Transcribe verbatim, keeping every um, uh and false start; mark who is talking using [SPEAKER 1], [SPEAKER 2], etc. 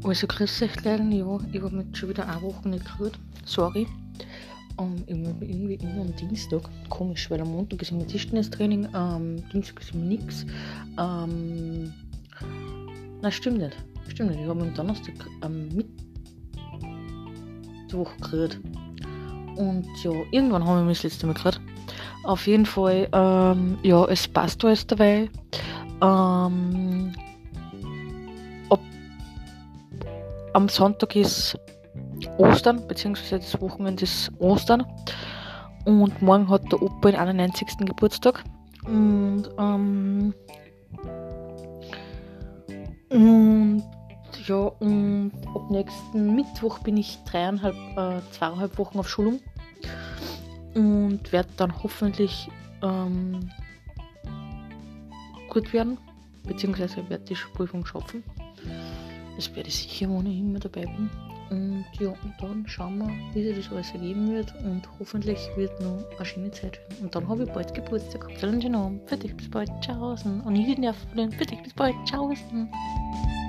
[SPEAKER 1] Also grüß euch Leute, ja, ich habe mich schon wieder eine Woche nicht gehört. Sorry. Ähm, ich habe irgendwie immer am Dienstag. Komisch, weil am Montag ist immer Tischtennistraining, am Dienstag ist immer nichts. Ähm, nein, stimmt nicht. Stimmt nicht. Ich habe am Donnerstag am Mittwoch gehört. Und ja, irgendwann haben wir mich das letzte Mal gehört. Auf jeden Fall, ähm, ja, es passt alles dabei. Ähm, ab, am Sonntag ist Ostern, beziehungsweise das Wochenende ist Ostern. Und morgen hat der Opa den einundneunzigsten Geburtstag. Und, ähm, und ja, und ab nächsten Mittwoch bin ich dreieinhalb, äh, zweieinhalb Wochen auf Schulung. Und werde dann hoffentlich ähm, gut werden, beziehungsweise werde die Prüfung schaffen. Das werde ich sicher, wenn ich immer dabei bin. Und ja, und dann schauen wir, wie sich das alles ergeben wird. Und hoffentlich wird noch eine schöne Zeit werden. Und dann habe ich bald Geburtstag. Habt einen schönen Abend. Für dich bis bald. Ciao. Und ich nerv von den. Für dich bis bald. Ciao.